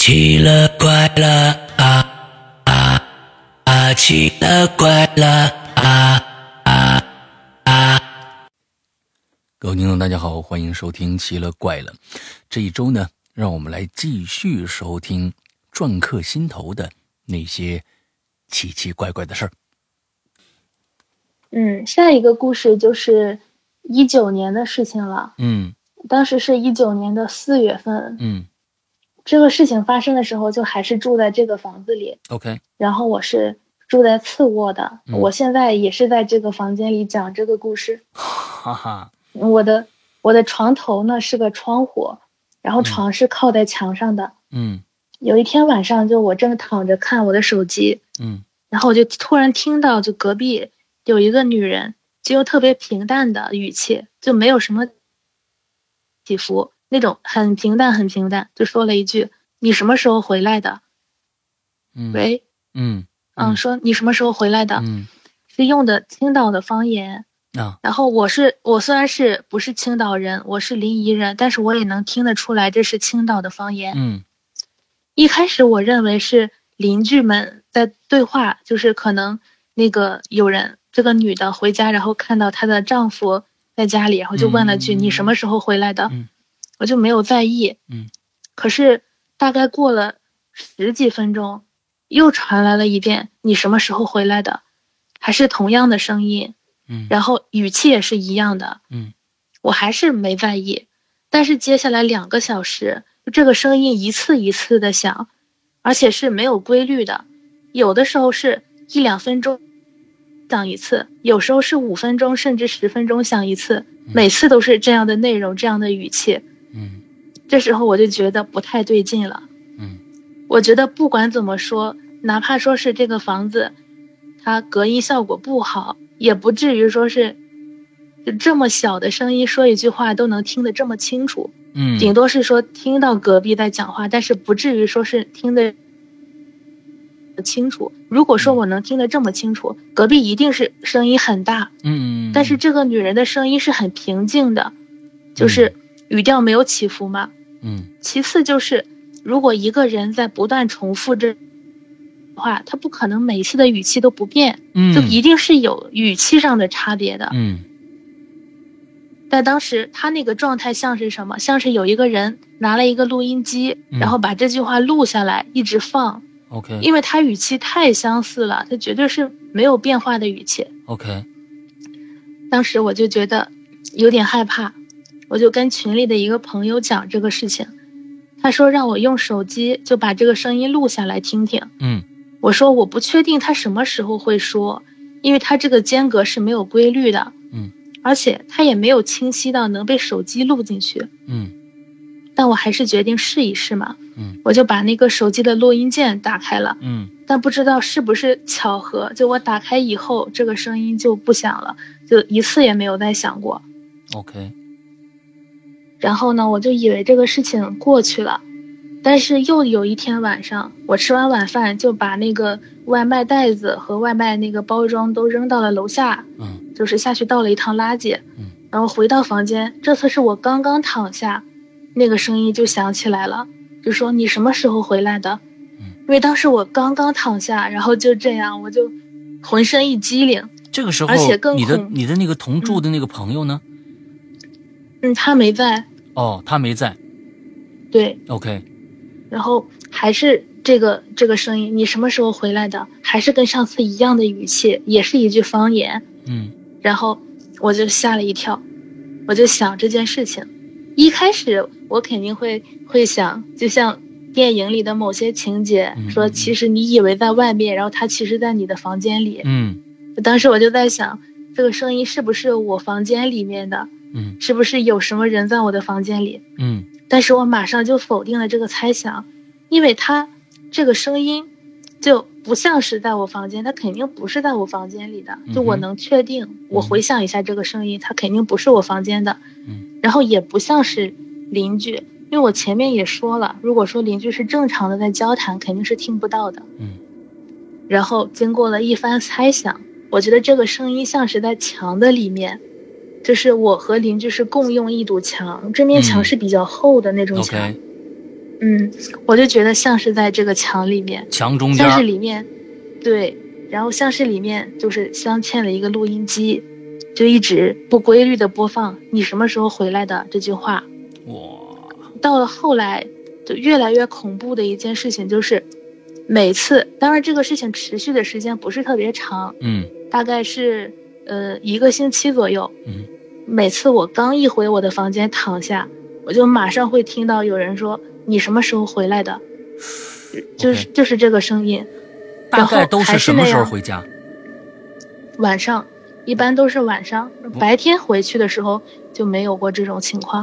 奇了怪了啊啊啊！奇了怪了啊啊啊！ 各位听众大家好，欢迎收听奇了怪了。这一周呢，让我们来继续收听篆刻心头的那些奇奇怪怪的事儿。 下一个故事就是19年的事情了。当时是19年的4月份。这个事情发生的时候，就还是住在这个房子里。 OK。 然后我是住在次卧的，我现在也是在这个房间里讲这个故事。 哈哈。 我的床头呢是个窗户，然后床是靠在墙上的。有一天晚上，就我正躺着看我的手机，然后我就突然听到就隔壁有一个女人，就用特别平淡的语气，就没有什么起伏，那种很平淡很平淡，就说了一句：“你什么时候回来的？”喂。说你什么时候回来的？是用的青岛的方言。然后我虽然不是青岛人，我是临沂人，但是我也能听得出来这是青岛的方言。一开始我认为是邻居们在对话，就是可能那个有人，这个女的回家，然后看到她的丈夫在家里，然后就问了句：“你什么时候回来的？”我就没有在意。可是大概过了10几分钟，又传来了一遍：“你什么时候回来的？”还是同样的声音。然后语气也是一样的。我还是没在意。但是接下来2个小时，这个声音一次一次的响，而且是没有规律的，有的时候是1-2分钟响一次，有时候是5分钟甚至10分钟响一次，每次都是这样的内容，这样的语气。这时候我就觉得不太对劲了。我觉得不管怎么说，哪怕说是这个房子它隔音效果不好，也不至于说是就这么小的声音说一句话都能听得这么清楚。顶多是说听到隔壁在讲话，但是不至于说是听得清楚。如果说我能听得这么清楚，隔壁一定是声音很大。但是这个女人的声音是很平静的，就是语调没有起伏嘛。其次就是如果一个人在不断重复这话，他不可能每一次的语气都不变。就一定是有语气上的差别的。但当时他那个状态像是什么？像是有一个人拿了一个录音机，然后把这句话录下来一直放。 OK。 因为他语气太相似了，他绝对是没有变化的语气。 OK。 当时我就觉得有点害怕，我就跟群里的一个朋友讲这个事情，他说让我用手机就把这个声音录下来听听。我说我不确定他什么时候会说，因为他这个间隔是没有规律的。而且他也没有清晰到能被手机录进去。但我还是决定试一试嘛。我就把那个手机的录音键打开了。但不知道是不是巧合，就我打开以后这个声音就不响了，就一次也没有再响过。 OK。 然后呢，我就以为这个事情过去了。但是又有一天晚上，我吃完晚饭就把那个外卖袋子和外卖那个包装都扔到了楼下。就是下去倒了一趟垃圾。然后回到房间，这次是我刚刚躺下，那个声音就响起来了，就说你什么时候回来的？因为当时我刚刚躺下，然后就这样，我就浑身一激灵。 这个时候， 而且更你的那个同住的那个朋友呢？ 他没在。 他没在。 对。 OK。 然后还是这个声音，你什么时候回来的？还是跟上次一样的语气，也是一句方言。然后我就吓了一跳，我就想这件事情。一开始我肯定会想，就像电影里的某些情节，说其实你以为在外面，然后他其实在你的房间里。当时我就在想，这个声音是不是我房间里面的？是不是有什么人在我的房间里？但是我马上就否定了这个猜想，因为他这个声音就不像是在我房间，它肯定不是在我房间里的。就我能确定，我回想一下这个声音，它肯定不是我房间的。然后也不像是邻居，因为我前面也说了，如果说邻居是正常的在交谈，肯定是听不到的。然后经过了一番猜想，我觉得这个声音像是在墙的里面，就是我和邻居是共用一堵墙，这面墙是比较厚的那种墙。 我就觉得像是在这个墙里面， 墙中间， 像是里面，对，然后像是里面就是镶嵌了一个录音机，就一直不规律的播放你什么时候回来的这句话。 哇！ 到了后来就越来越恐怖的一件事情就是每次，当然这个事情持续的时间不是特别长，大概是1个星期左右，每次我刚一回我的房间躺下，我就马上会听到有人说你什么时候回来的，就是这个声音。 大概都是什么时候回家？ 晚上，一般都是晚上，白天回去的时候就没有过这种情况。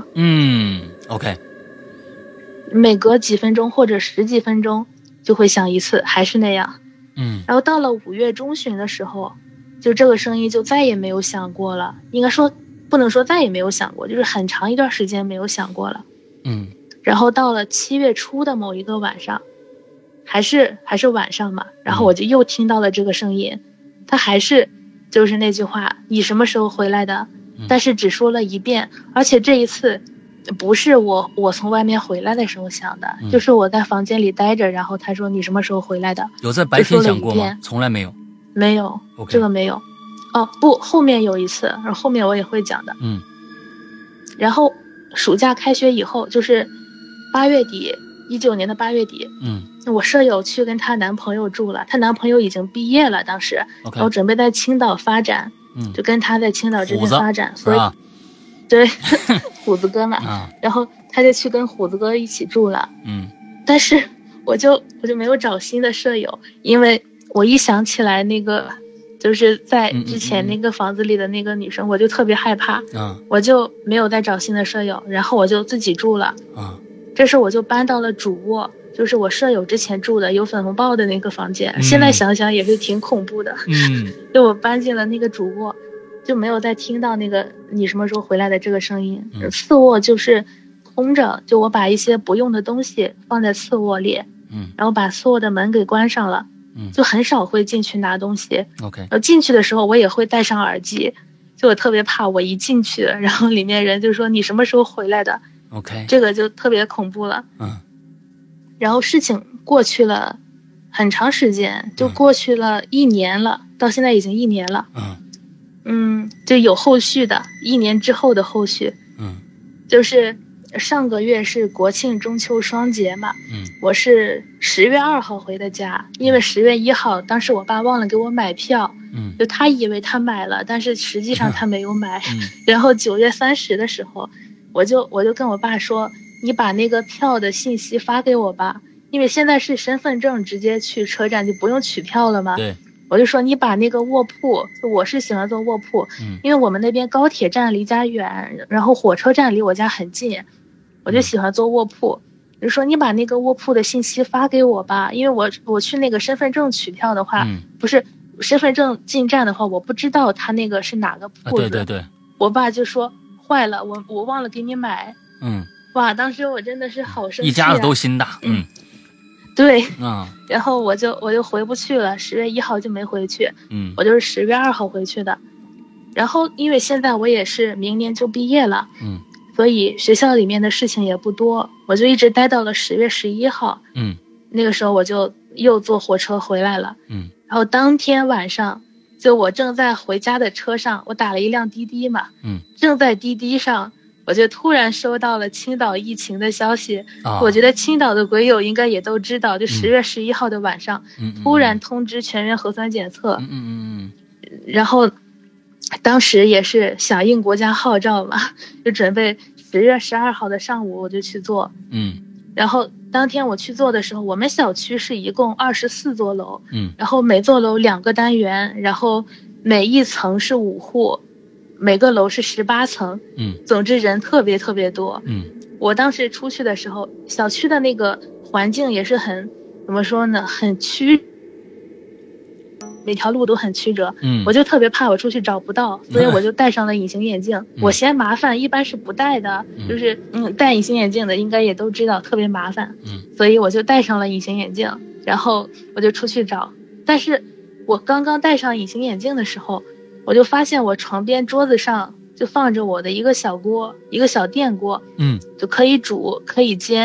OK。 每隔几分钟或者10几分钟就会响一次，还是那样。然后到了5月中旬的时候，就这个声音就再也没有响过了。应该说不能说再也没有响过，就是很长一段时间没有响过了。然后到了7月初的某一个晚上，还是晚上嘛，然后我就又听到了这个声音，他还是就是那句话，你什么时候回来的？但是只说了一遍，而且这一次不是我从外面回来的时候响的，就是我在房间里待着，然后他说你什么时候回来的？ 有在白天响过吗？从来没有。 没有，这个没有。哦不，后面有一次，后面我也会讲的。然后暑假开学以后，就是8月底，19年的8月底，我舍友去跟她男朋友住了，她男朋友已经毕业了，当时，然后准备在青岛发展，就跟她在青岛这边发展，所以，对，虎子哥嘛，然后他就去跟虎子哥一起住了，但是我就没有找新的舍友，因为我一想起来那个就是在之前那个房子里的那个女生，我就特别害怕，我就没有再找新的舍友，然后我就自己住了，这时我就搬到了主卧，就是我舍友之前住的有粉红豹的那个房间，现在想想也是挺恐怖的，就我搬进了那个主卧，就没有再听到那个你什么时候回来的这个声音，次卧就是空着，就我把一些不用的东西放在次卧里，然后把次卧的门给关上了，就很少会进去拿东西。然后进去的时候我也会戴上耳机，就我特别怕我一进去，然后里面人就说你什么时候回来的，这个就特别恐怖了。然后事情过去了很长时间，就过去了1年了，到现在已经1年了。就有后续的，1年之后的后续。就是上个月是国庆中秋双节嘛，我是10月2号回的家，因为10月1号当时我爸忘了给我买票，就他以为他买了，但是实际上他没有买。然后9月30的时候，我就跟我爸说，你把那个票的信息发给我吧，因为现在是身份证直接去车站就不用取票了嘛。 对。 我就说你把那个卧铺，我是喜欢坐卧铺，因为我们那边高铁站离家远，然后火车站离我家很近，我就喜欢坐卧铺。我就说你把那个卧铺的信息发给我吧，因为我去那个身份证取票的话，不是身份证进站的话，我不知道他那个是哪个铺子。 对。 我爸就说坏了，我忘了给你买。哇，当时我真的是好生气， 一家子都心大。 对，然后我就回不去了，10月1号就没回去，我就是10月2号回去的。然后因为现在我也是明年就毕业了，所以学校里面的事情也不多，我就一直待到了10月11号，那个时候我就又坐火车回来了，然后当天晚上，就我正在回家的车上，我打了一辆滴滴嘛，正在滴滴上。我就突然收到了青岛疫情的消息，我觉得青岛的鬼友应该也都知道，就10月11号的晚上，突然通知全员核酸检测，然后当时也是响应国家号召嘛，就准备10月12号的上午我就去做，然后当天我去做的时候，我们小区是一共24座楼，然后每座楼2个单元，然后每一层是5户。每个楼是18层，总之人特别特别多，我当时出去的时候，小区的那个环境也是很，怎么说呢，很曲，每条路都很曲折，我就特别怕我出去找不到，所以我就戴上了隐形眼镜，我嫌麻烦，一般是不戴的，就是戴隐形眼镜的应该也都知道特别麻烦，所以我就戴上了隐形眼镜，然后我就出去找，但是我刚刚戴上隐形眼镜的时候，我就发现我床边桌子上就放着我的一个小锅，一个小电锅，就可以煮可以煎，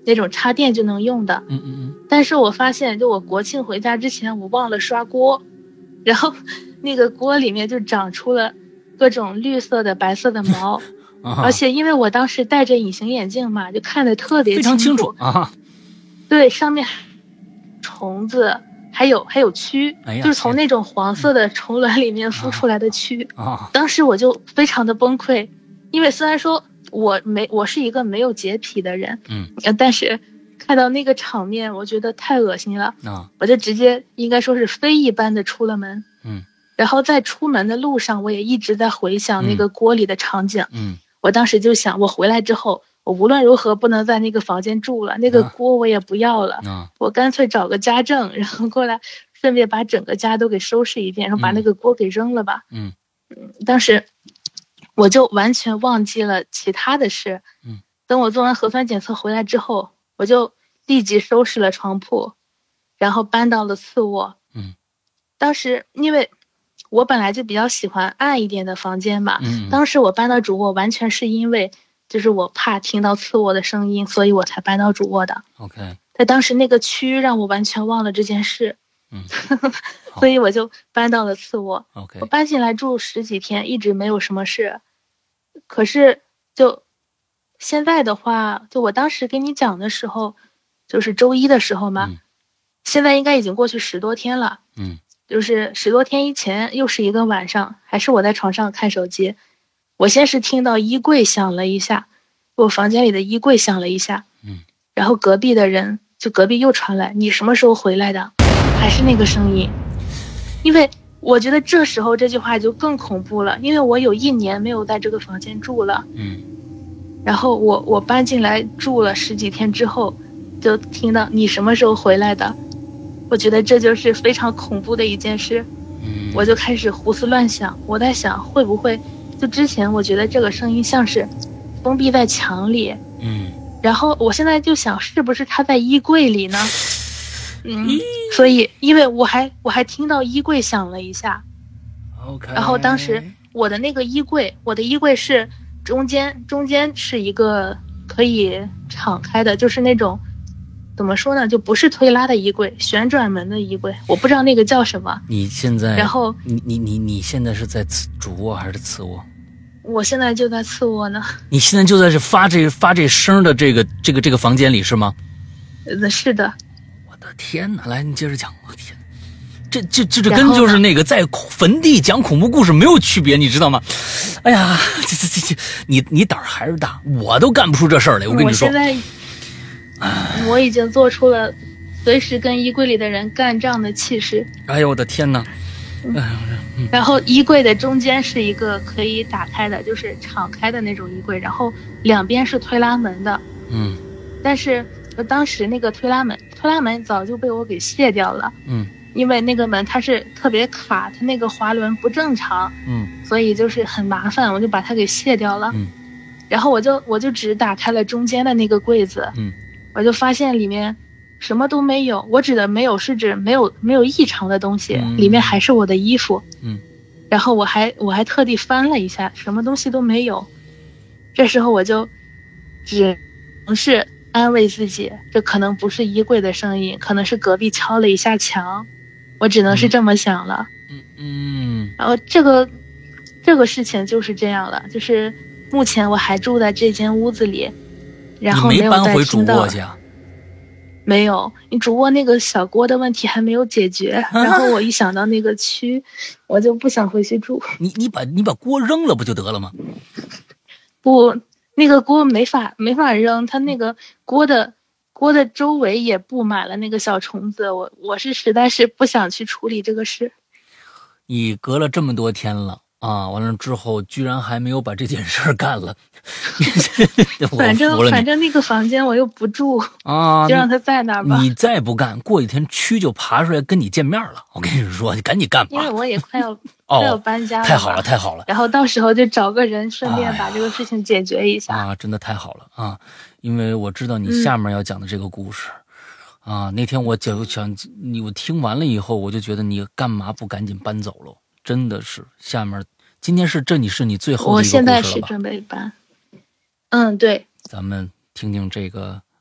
那种插电就能用的。但是我发现，就我国庆回家之前，我忘了刷锅，然后那个锅里面就长出了各种绿色的、白色的毛，而且因为我当时戴着隐形眼镜嘛，就看得特别非常清楚啊。 对，上面虫子。还有蛆，就是从那种黄色的虫卵里面孵出来的蛆。当时我就非常的崩溃，因为虽然说我是一个没有洁癖的人，但是看到那个场面，我觉得太恶心了。我就直接应该说是非一般的出了门。然后在出门的路上，我也一直在回想那个锅里的场景。我当时就想，我回来之后，我无论如何不能在那个房间住了，那个锅我也不要了，我干脆找个家政，然后过来顺便把整个家都给收拾一遍，然后把那个锅给扔了吧。当时我就完全忘记了其他的事。等我做完核酸检测回来之后，我就立即收拾了床铺，然后搬到了次卧。当时因为我本来就比较喜欢暗一点的房间嘛，当时我搬到主卧完全是因为就是我怕听到次卧的声音，所以我才搬到主卧的。 OK， 但当时那个蛆让我完全忘了这件事，所以我就搬到了次卧。 OK， 我搬进来住10几天，一直没有什么事。可是就现在的话，就我当时跟你讲的时候，就是周一的时候嘛，现在应该已经过去10多天了。就是10多天以前，又是一个晚上，还是我在床上看手机。我先是听到衣柜响了一下，我房间里的衣柜响了一下，然后隔壁的人，就隔壁又传来你什么时候回来的，还是那个声音。因为我觉得这时候这句话就更恐怖了，因为我有1年没有在这个房间住了，然后我搬进来住了10几天之后，就听到你什么时候回来的，我觉得这就是非常恐怖的一件事。我就开始胡思乱想，我在想会不会就之前我觉得这个声音像是封闭在墙里，然后我现在就想是不是他在衣柜里呢？所以因为我还听到衣柜响了一下，然后当时我的那个衣柜，我的衣柜是中间是一个可以敞开的，就是那种怎么说呢，就不是推拉的衣柜，旋转门的衣柜，我不知道那个叫什么。 你现在， 然后你现在是在主卧还是次卧？ 我现在就在次卧呢。你现在就在发这声的这个房间里是吗？ 是的。 我的天哪！来，你接着讲。我天，这跟就是那个在坟地讲恐怖故事没有区别，你知道吗？哎呀，这你胆儿还是大，我都干不出这事儿来。我跟你说， 我现在我已经做出了随时跟衣柜里的人干仗的气势。 哎呦我的天哪！ 然后衣柜的中间是一个可以打开的，就是敞开的那种衣柜，然后两边是推拉门的。但是当时那个推拉门早就被我给卸掉了。因为那个门它是特别卡，它那个滑轮不正常。所以就是很麻烦，我就把它给卸掉了。然后我就只打开了中间的那个柜子。我就发现里面什么都没有，我指的没有是指没有异常的东西，里面还是我的衣服。然后我还特地翻了一下，什么东西都没有。这时候我就只能是安慰自己，这可能不是衣柜的声音，可能是隔壁敲了一下墙，我只能是这么想了。然后这个事情就是这样了，就是目前我还住在这间屋子里，然后没有再听到。没有，你主卧那个小锅的问题还没有解决，然后我一想到那个蛆，我就不想回去住。 你把锅扔了不就得了吗？ 不，那个锅没法扔，它那个锅的周围也布满了那个小虫子，我是实在是不想去处理这个事。 你隔了这么多天了啊，完了之后居然还没有把这件事干了。 反正那个房间我又不住啊，就让他在那儿吧。 你再不干，过几天蛆就爬出来跟你见面了。我跟你说，你赶紧干吧。 因为我也快要搬家了。 太好了，太好了。 然后到时候就找个人，顺便把这个事情解决一下。 啊，真的太好了啊！因为我知道你下面要讲的这个故事。啊，那天我想你，我听完了以后，我就觉得你干嘛不赶紧搬走了？真的是，下面今天是你最后的一个故事了吧？ 我现在是准备搬。对。 咱们听听这个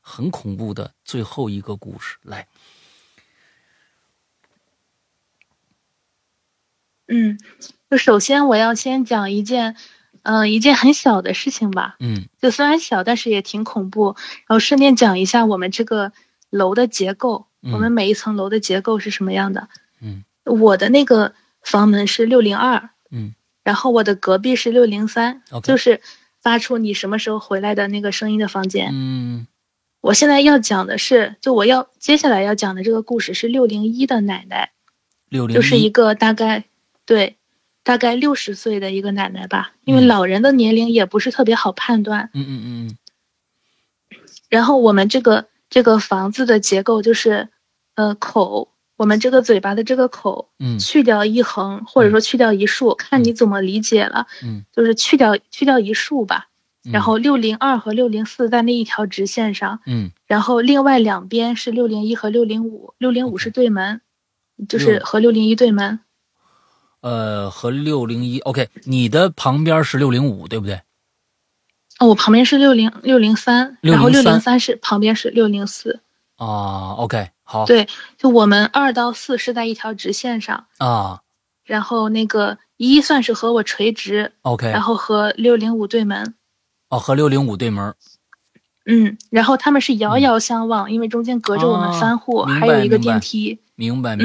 很恐怖的最后一个故事来。 就首先我要先讲一件很小的事情吧。就虽然小，但是也挺恐怖。然后顺便讲一下我们这个楼的结构，我们每一层楼的结构是什么样的。我的那个房门是602，然后我的隔壁是603，就是发出你什么时候回来的那个声音的房间。我现在要讲的是，接下来要讲的这个故事是601的奶奶，601就是一个大概60岁的一个奶奶吧，因为老人的年龄也不是特别好判断。然后我们这个房子的结构就是，口，我们这个嘴巴的这个口，去掉一横，或者说去掉一竖，看你怎么理解了。就是去掉一竖吧。然后602和604在那一条直线上。然后另外两边是601和605，605是对门，就是和601对门。 和601 OK， 你的旁边是605对不对？ 我旁边是603，然后603是旁边是604。 OK， 好。 对，就我们2到4是在一条直线上然后那个1算是和我垂直 OK， 然后和605对门。 和605对门。 然后他们是遥遥相望，因为中间隔着我们3户，还有一个电梯。 明白。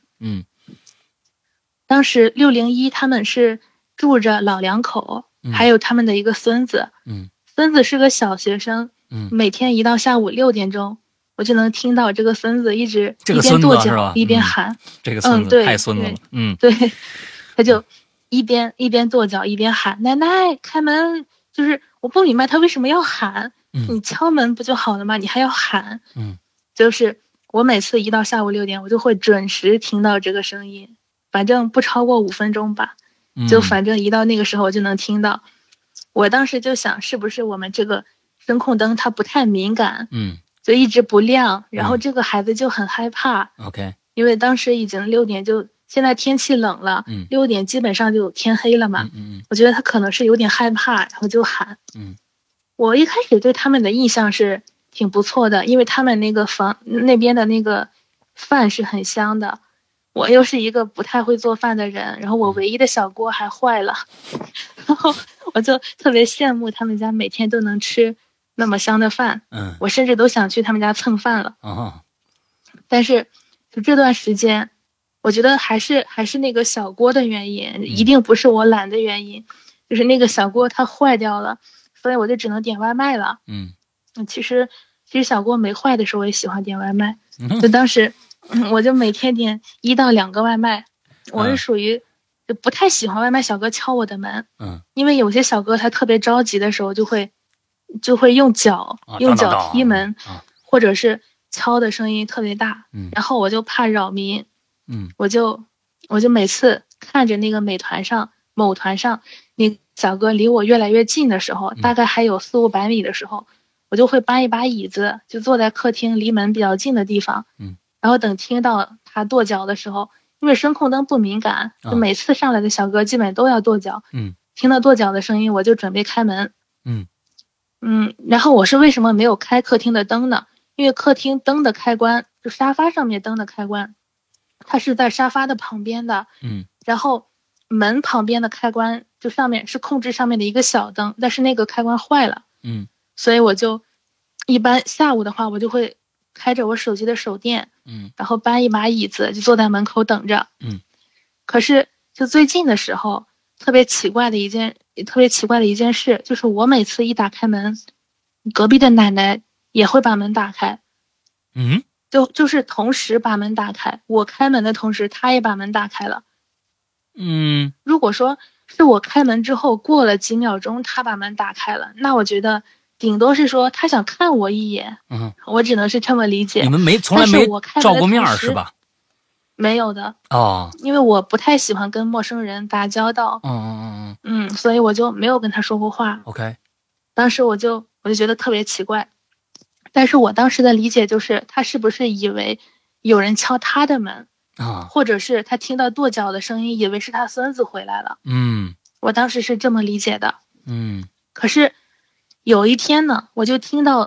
当时601他们是住着老两口，还有他们的一个孙子。孙子是个小学生。每天一到下午6点钟，我就能听到这个孙子一边跺脚一边喊。 这个孙子太孙子了。 对，他就一边跺脚一边喊奶奶开门，就是我不明白他为什么要喊。你敲门不就好了吗？你还要喊。就是我每次一到下午6点，我就会准时听到这个声音，反正不超过5分钟吧。就反正一到那个时候我就能听到。我当时就想，是不是我们这个声控灯它不太敏感，就一直不亮，然后这个孩子就很害怕。 OK， 因为当时已经6点，就现在天气冷了，6点基本上就天黑了嘛。我觉得他可能是有点害怕，然后就喊。我一开始对他们的印象是挺不错的，因为他们那个那边的那个饭是很香的。我又是一个不太会做饭的人，然后我唯一的小锅还坏了，然后我就特别羡慕他们家每天都能吃那么香的饭。我甚至都想去他们家蹭饭了。但是就这段时间，我觉得还是那个小锅的原因，一定不是我懒的原因，就是那个小锅它坏掉了，所以我就只能点外卖了。其实小锅没坏的时候我也喜欢点外卖。就当时我就每天点1到2个外卖。我是属于就不太喜欢外卖小哥敲我的门。因为有些小哥他特别着急的时候就会用脚踢门，或者是敲的声音特别大。然后我就怕扰民。我就每次看着那个某团上那小哥离我越来越近的时候，大概还有400-500米的时候，我就会搬一把椅子，就坐在客厅离门比较近的地方。然后等听到他跺脚的时候，因为声控灯不敏感，就每次上来的小哥基本都要跺脚。听到跺脚的声音，我就准备开门。然后我是为什么没有开客厅的灯呢？因为客厅灯的开关，就沙发上面灯的开关，它是在沙发的旁边的。然后门旁边的开关就上面是控制上面的一个小灯，但是那个开关坏了。所以我就一般下午的话，我就会开着我手机的手电，然后搬一把椅子就坐在门口等着。可是就最近的时候，特别奇怪的一件事，就是我每次一打开门，隔壁的奶奶也会把门打开。就是同时把门打开，我开门的同时她也把门打开了。如果说是我开门之后过了几秒钟她把门打开了，那我觉得顶多是说她想看我一眼。我只能是这么理解。 你们从来没照过面是吧？ 没有的。因为我不太喜欢跟陌生人打交道。所以我就没有跟他说过话。 OK， 当时我就觉得特别奇怪，但是我当时的理解就是他是不是以为有人敲他的门或者是他听到跺脚的声音，以为是他孙子回来了。我当时是这么理解的。可是有一天呢，我就听到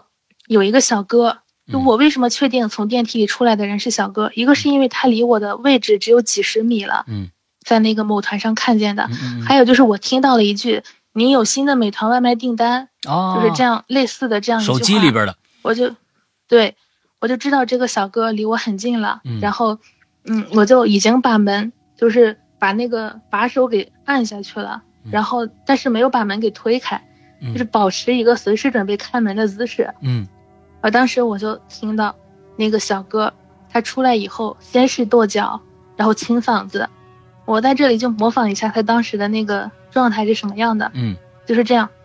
有一个小哥，就我为什么确定从电梯里出来的人是小哥？一个是因为他离我的位置只有几十米了，在那个某团上看见的，还有就是我听到了一句“您有新的美团外卖订单”，就是这样类似的这样一句话， 手机里边的， 我就知道这个小哥离我很近了，然后我就已经把门就是把那个把手给按下去了，然后但是没有把门给推开，就是保持一个随时准备开门的姿势。当时我就听到那个小哥他出来以后，先是跺脚，然后清嗓子。我在这里就模仿一下他当时的那个状态是什么样的，就是这样，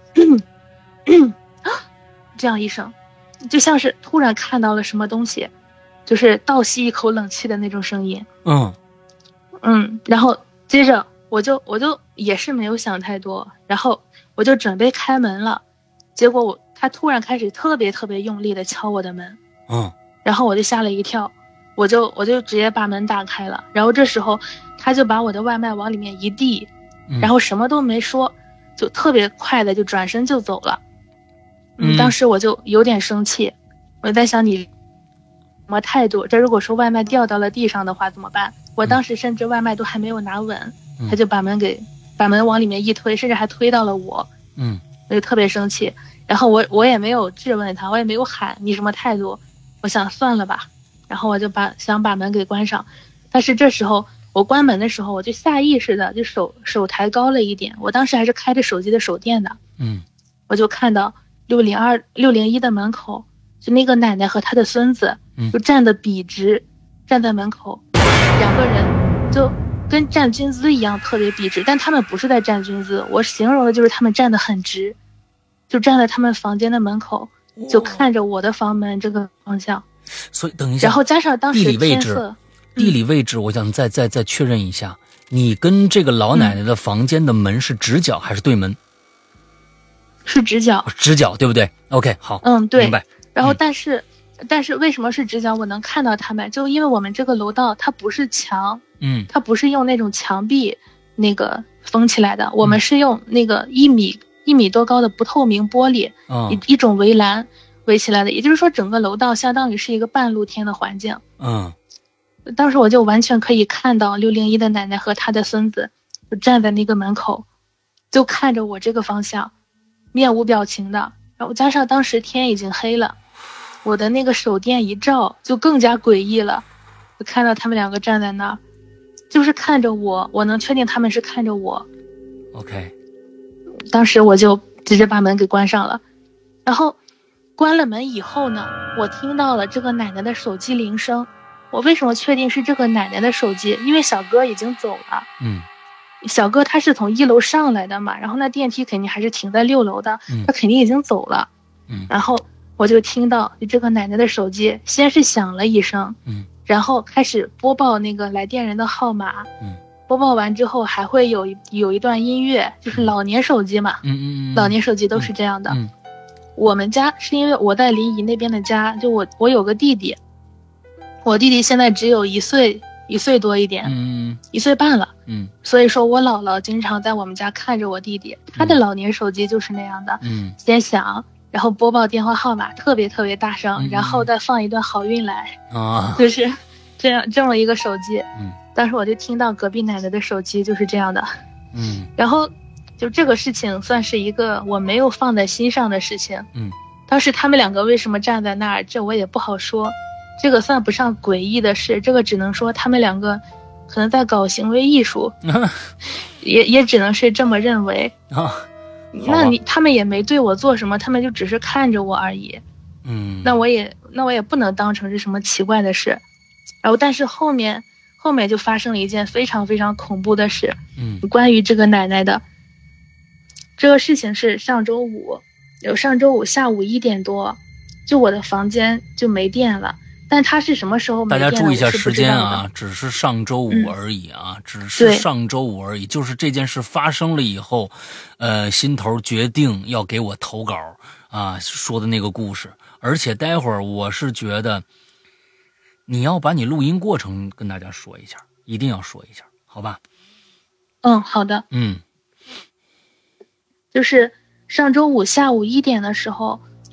这样一声，就像是突然看到了什么东西，就是倒吸一口冷气的那种声音。然后接着我就也是没有想太多，然后我就准备开门了，结果他突然开始特别特别用力的敲我的门，然后我就吓了一跳，我就直接把门打开了，然后这时候他就把我的外卖往里面一递，然后什么都没说，就特别快的就转身就走了。当时我就有点生气，我在想你什么态度？这如果说外卖掉到了地上的话怎么办？我当时甚至外卖都还没有拿稳，他就把门往里面一推，甚至还推到了我。我就特别生气，然后我也没有质问他，我也没有喊你什么态度，我想算了吧，然后我就想把门给关上，但是这时候我关门的时候，我就下意识的就手抬高了一点，我当时还是开着手机的手电的，我就看到601的门口，就那个奶奶和她的孙子，就站得笔直，站在门口，两个人就跟站军姿一样特别笔直，但他们不是在站军姿，我形容的就是他们站得很直，就站在他们房间的门口，就看着我的房门这个方向。 所以等一下， 然后加上当时地理位置，我想再确认一下，你跟这个老奶奶的房间的门是直角还是对门？ 是直角。 直角对不对 ？OK， 好， 对， 明白。 然后但是为什么是直角？我能看到他们，就因为我们这个楼道它不是墙，它不是用那种墙壁那个封起来的，我们是用那个一米多高的不透明玻璃，一种围栏围起来的，也就是说整个楼道相当于是一个半露天的环境。当时我就完全可以看到601的奶奶和她的孙子就站在那个门口，就看着我这个方向，面无表情的。然后加上当时天已经黑了，我的那个手电一照就更加诡异了，就看到他们两个站在那儿，就是看着我能确定他们是看着我。 OK， 当时我就直接把门给关上了，然后关了门以后呢，我听到了这个奶奶的手机铃声。我为什么确定是这个奶奶的手机？因为小哥已经走了。小哥他是从1楼上来的嘛，然后那电梯肯定还是停在6楼的，他肯定已经走了。然后我就听到这个奶奶的手机先是响了一声，然后开始播报那个来电人的号码。播报完之后还会有一段音乐，就是老年手机嘛，老年手机都是这样的。我们家是因为我在临沂那边的家，就我有个弟弟，我弟弟现在只有1岁多一点，1岁半了。所以说我姥姥经常在我们家看着我弟弟，他的老年手机就是那样的，先响，然后播报电话号码，特别特别大声，然后再放一段好运来，就是这么一个手机。当时我就听到隔壁奶奶的手机就是这样的。然后就这个事情算是一个我没有放在心上的事情。当时他们两个为什么站在那儿，这我也不好说，这个算不上诡异的事，这个只能说他们两个可能在搞行为艺术，也只能是这么认为。他们也没对我做什么，他们就只是看着我而已。那我也不能当成是什么奇怪的事。然后但是后面就发生了一件非常非常恐怖的事。关于这个奶奶的这个事情是上周五下午1点多，就我的房间就没电了。但他是什么时候没电了？ 大家注意一下时间啊，只是上周五而已啊，只是上周五而已。就是这件事发生了以后，心头决定要给我投稿啊，说的那个故事。而且待会儿我是觉得，你要把你录音过程跟大家说一下，一定要说一下，好吧？ 好的。就是上周五下午1点的时候，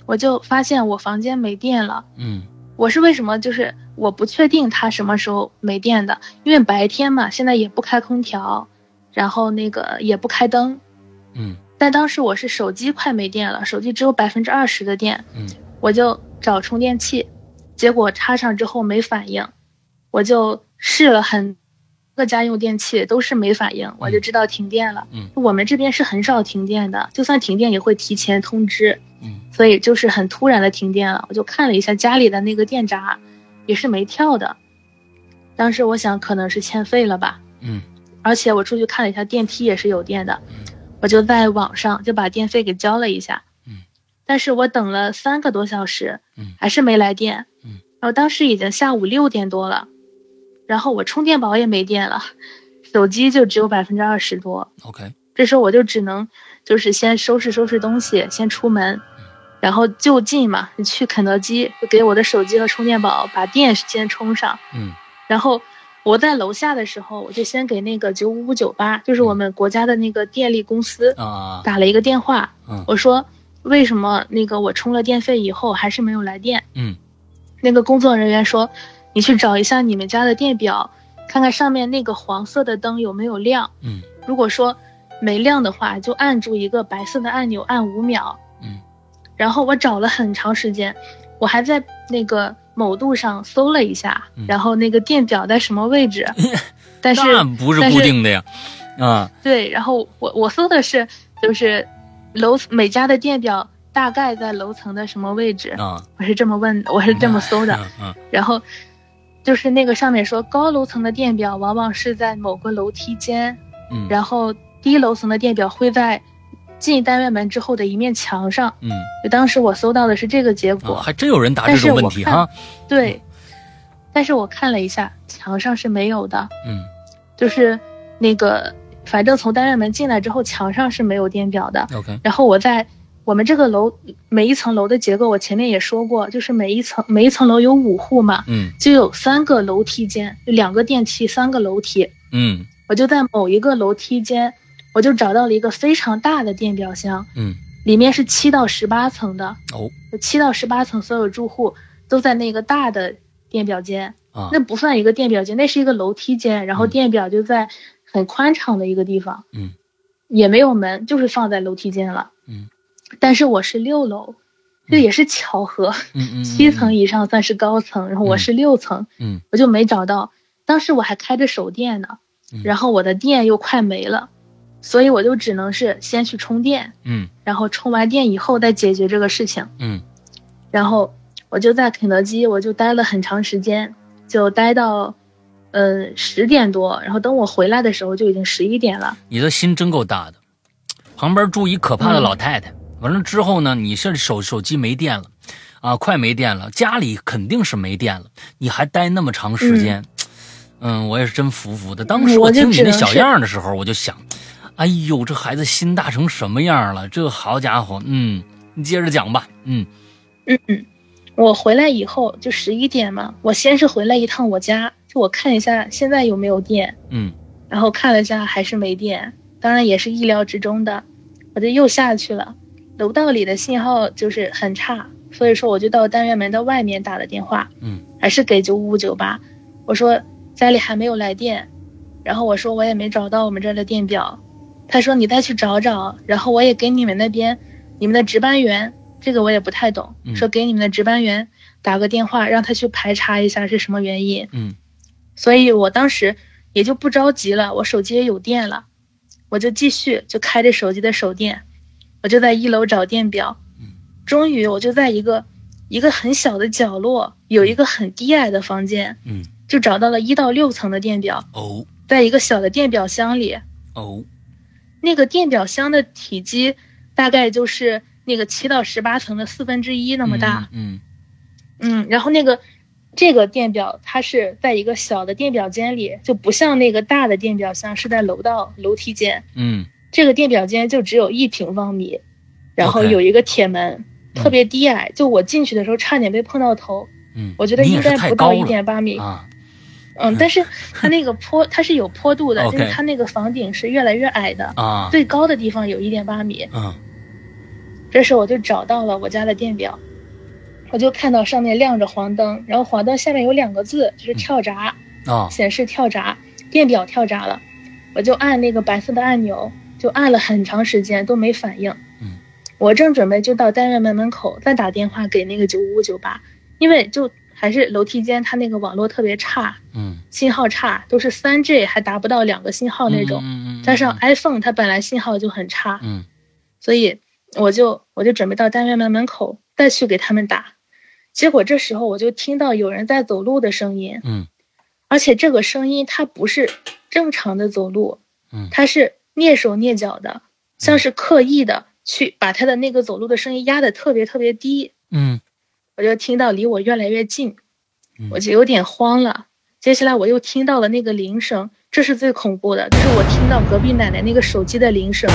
我就发现我房间没电了。我是为什么就是我不确定它什么时候没电的，因为白天嘛，现在也不开空调，然后那个也不开灯。但当时我是手机快没电了，手机只有20%的电。我就找充电器，结果插上之后没反应，我就试了很多个家用电器都是没反应，我就知道停电了。我们这边是很少停电的，就算停电也会提前通知。所以就是很突然的停电了。我就看了一下家里的那个电闸也是没跳的，当时我想可能是欠费了吧。而且我出去看了一下电梯也是有电的，我就在网上就把电费给交了一下。但是我等了3个多小时，还是没来电。然后当时已经下午6点多了，然后我充电宝也没电了，手机就只有20%多。 OK， 这时候我就只能就是先收拾收拾东西，先出门，然后就近嘛，你去肯德基就给我的手机和充电宝把电先充上。然后我在楼下的时候，我就先给那个95598，就是我们国家的那个电力公司打了一个电话。我说为什么那个我充了电费以后还是没有来电？那个工作人员说，你去找一下你们家的电表，看看上面那个黄色的灯有没有亮。如果说没亮的话，就按住一个白色的按钮，按5秒。然后我找了很长时间，我还在那个某度上搜了一下，然后那个电表在什么位置，但是那不是固定的呀。 对，然后我搜的是就是每家的电表大概在楼层的什么位置。我是这么问，我是这么搜的。然后就是那个上面说高楼层的电表往往是在某个楼梯间，然后低楼层的电表会在进单元门之后的一面墙上。就当时我搜到的是这个结果。 还真有人答这种问题哈。 对，但是我看了一下，墙上是没有的。就是那个反正从单元门进来之后，墙上是没有电表的。 OK， 然后我们这个楼每一层楼的结构，我前面也说过，就是每一层楼有5户嘛。就有3个楼梯间，就2个电梯，3个楼梯。我就在某一个楼梯间，我就找到了一个非常大的电表箱。里面是7到18层的。7到18层所有住户都在那个大的电表间。那不算一个电表间，那是一个楼梯间，然后电表就在很宽敞的一个地方。也没有门，就是放在楼梯间了。但是我是6楼，这也是巧合。7层以上算是高层，然后我是6层。我就没找到，当时我还开着手电呢。然后我的电又快没了，所以我就只能是先去充电。然后充完电以后再解决这个事情。然后我就在肯德基，我就待了很长时间，就待到10点多，然后等我回来的时候就已经11点了。 你的心真够大的，旁边住一可怕的老太太。完了之后呢，你这手机没电了啊，快没电了，家里肯定是没电了，你还待那么长时间。我也是真服的。当时我听你那小样的时候，我就想，哎呦，这孩子心大成什么样了？这好家伙。你接着讲吧。 我回来以后就11点嘛，我先是回来一趟我家，就我看一下现在有没有电。然后看了一下还是没电，当然也是意料之中的。我就又下去了，楼道里的信号就是很差，所以说我就到单元门的外面打了电话。还是给95598，我说家里还没有来电，然后我说我也没找到我们这儿的电表，他说你再去找找，然后我也给你们那边你们的值班员，这个我也不太懂，说给你们的值班员打个电话，让他去排查一下是什么原因。所以我当时也就不着急了，我手机也有电了，我就继续就开着手机的手电，我就在1楼找电表。终于我就在一个很小的角落，有一个很低矮的房间，就找到了1到6层的电表。在一个小的电表箱里。那个电表箱的体积大概就是那个7到18层的1/4那么大。然后这个电表它是在一个小的电表间里，就不像那个大的电表箱是在楼梯间。这个电表间就只有1平方米，然后有一个铁门，特别低矮，就我进去的时候差点被碰到头。我觉得应该不到1.8米。但是它那个它是有坡度的，就是它那个房顶是越来越矮的。最高的地方有1.8米。 这时候我就找到了我家的电表，我就看到上面亮着黄灯，然后黄灯下面有2个字，就是跳闸显示跳闸，电表跳闸了。我就按那个白色的按钮，就按了很长时间都没反应。我正准备就到单元门口再打电话给那个95598，因为就还是楼梯间它那个网络特别差，信号差，都是3G 还达不到2个信号那种，加上 iPhone 它本来信号就很差，所以我就准备到单元门口再去给他们打。结果这时候我就听到有人在走路的声音，而且这个声音它不是正常的走路，它是蹑手蹑脚的，像是刻意的去把他的那个走路的声音压得特别特别低。我就听到离我越来越近，我就有点慌了。接下来我又听到了那个铃声，这是最恐怖的，就是我听到隔壁奶奶那个手机的铃声，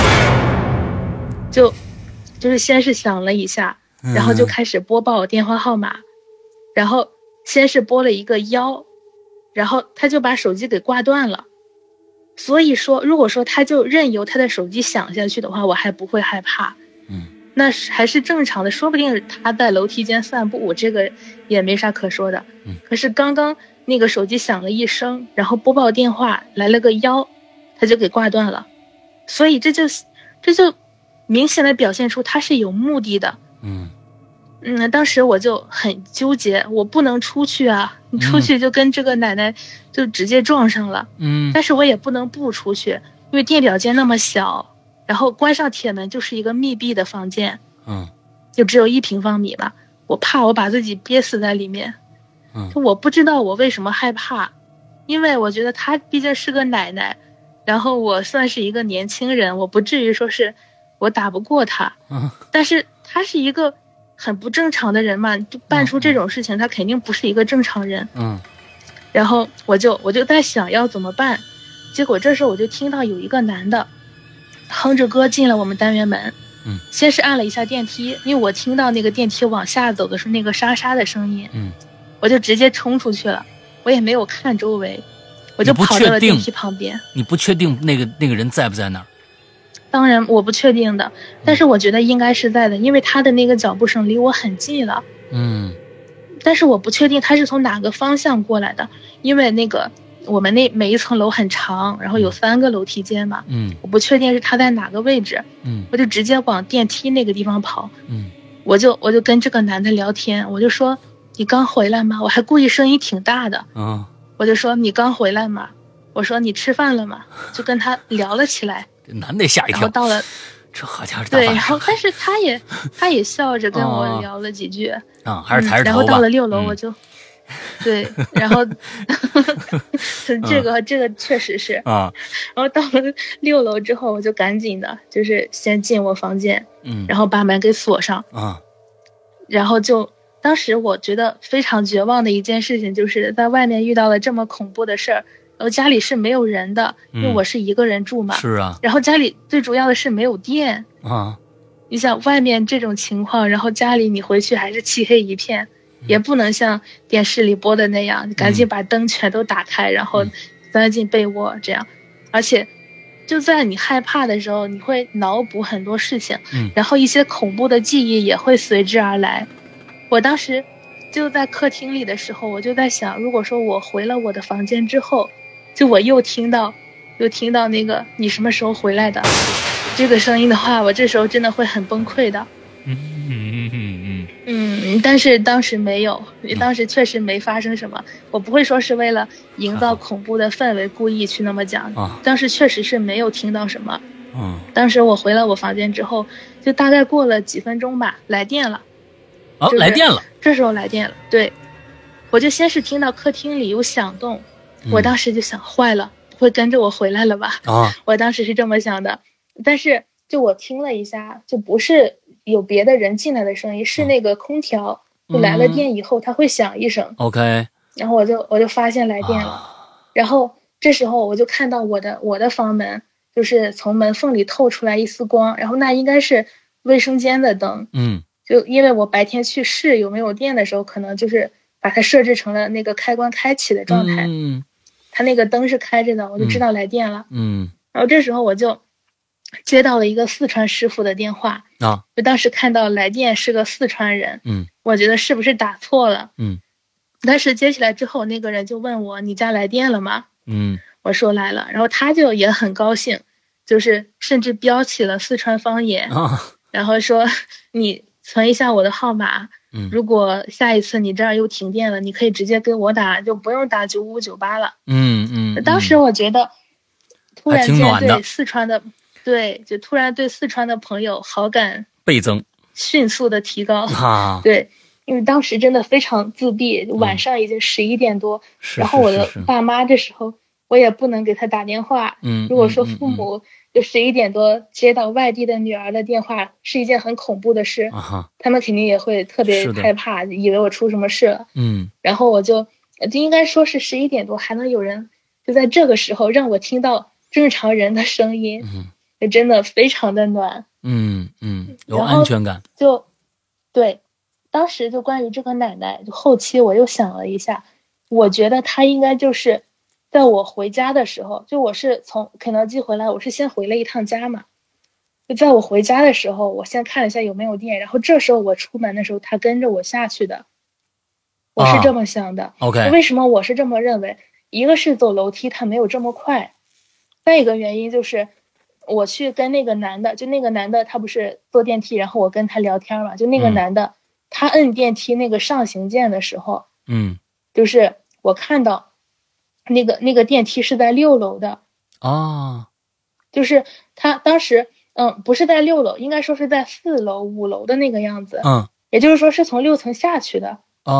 就是先是响了一下，然后就开始播报电话号码，然后先是拨了一个1，然后他就把手机给挂断了。所以说如果说他就任由他的手机响下去的话，我还不会害怕，那还是正常的，说不定他在楼梯间散步，这个也没啥可说的。可是刚刚那个手机响了一声，然后播报电话来了个1，他就给挂断了，所以这就明显的表现出他是有目的的。当时我就很纠结，我不能出去啊，你出去就跟这个奶奶就直接撞上了。但是我也不能不出去，因为电表间那么小，然后关上铁门就是一个密闭的房间，就只有1平方米吧，我怕我把自己憋死在里面。我不知道我为什么害怕，因为我觉得她毕竟是个奶奶，然后我算是一个年轻人，我不至于说是我打不过她。但是她是一个很不正常的人嘛，就办出这种事情，她肯定不是一个正常人。然后我就在想要怎么办，结果这时候我就听到有一个男的哼着歌进了我们单元门。先是按了一下电梯，因为我听到那个电梯往下走的是那个沙沙的声音。我就直接冲出去了，我也没有看周围，我就跑到了电梯旁边。 你不确定那个人在不在那儿？ 当然我不确定的，但是我觉得应该是在的，因为他的那个脚步声离我很近了。但是我不确定他是从哪个方向过来的，因为那个我们那每一层楼很长，然后有3个楼梯间嘛。我不确定是他在哪个位置。我就直接往电梯那个地方跑。我就跟这个男的聊天，我就说你刚回来吗？我还故意声音挺大的。我就说你刚回来吗？我说你吃饭了吗？就跟他聊了起来。 这男的吓一跳。 然后到了， 这好家伙！ 对，然后但是他也笑着跟我聊了几句。 还是抬着头吧。 然后到了6楼，我就，对，然后这个确实是然后到了6楼之后，我就赶紧的，就是先进我房间，然后把门给锁上。然后当时我觉得非常绝望的一件事情，就是在外面遇到了这么恐怖的事儿，然后家里是没有人的，因为我是一个人住嘛。 是啊。 然后家里最主要的是没有电。你想外面这种情况，然后家里你回去还是漆黑一片，也不能像电视里播的那样，你赶紧把灯全都打开，然后钻进被窝这样。而且就在你害怕的时候，你会脑补很多事情，然后一些恐怖的记忆也会随之而来。我当时就在客厅里的时候，我就在想，如果说我回了我的房间之后，就我又听到那个你什么时候回来的这个声音的话，我这时候真的会很崩溃的。但是当时没有，当时确实没发生什么，我不会说是为了营造恐怖的氛围故意去那么讲。当时确实是没有听到什么。当时我回了我房间之后，就大概过了几分钟吧，来电了。 来电了。 这时候来电了，对，我就先是听到客厅里有响动，我当时就想坏了，不会跟着我回来了吧？我当时是这么想的，但是就我听了一下，就不是有别的人进来的声音，是那个空调就来了电以后它会响一声。 OK。 然后我就发现来电了，然后这时候我就看到我的房门就是从门缝里透出来一丝光，然后那应该是卫生间的灯。就因为我白天去试有没有电的时候，可能就是把它设置成了那个开关开启的状态。它那个灯是开着的，我就知道来电了。然后这时候我就接到了一个四川师傅的电话啊， 就当时看到来电是个四川人，我觉得是不是打错了，但是接起来之后，那个人就问我你家来电了吗？我说来了，然后他就也很高兴，就是甚至标起了四川方言，然后说你存一下我的号码，如果下一次你这儿又停电了，你可以直接给我打，就不用打9598了。当时我觉得突然间对四川的，对，就突然对四川的朋友好感倍增， 迅速的提高。对，因为当时真的非常自闭，晚上已经11点多，然后我的爸妈这时候我也不能给他打电话。如果说父母就11点多接到外地的女儿的电话，是一件很恐怖的事，他们肯定也会特别害怕，以为我出什么事了。然后我就应该说是11点多，还能有人就在这个时候让我听到正常人的声音，真的非常的暖。 有安全感。 就对，当时就关于这个奶奶，就后期我又想了一下，我觉得她应该就是在我回家的时候，就我是从肯德基回来，我是先回了一趟家嘛，就在我回家的时候，我先看了一下有没有电，然后这时候我出门的时候，她跟着我下去的，我是这么想的。 OK， 为什么我是这么认为？一个是走楼梯它没有这么快，再一个原因就是我去跟那个男的，就那个男的他不是坐电梯，然后我跟他聊天嘛，就那个男的，他摁电梯那个上行键的时候，就是我看到那个电梯是在6楼的就是他当时不是在6楼，应该说是在4楼5楼的那个样子，也就是说是从6层下去的。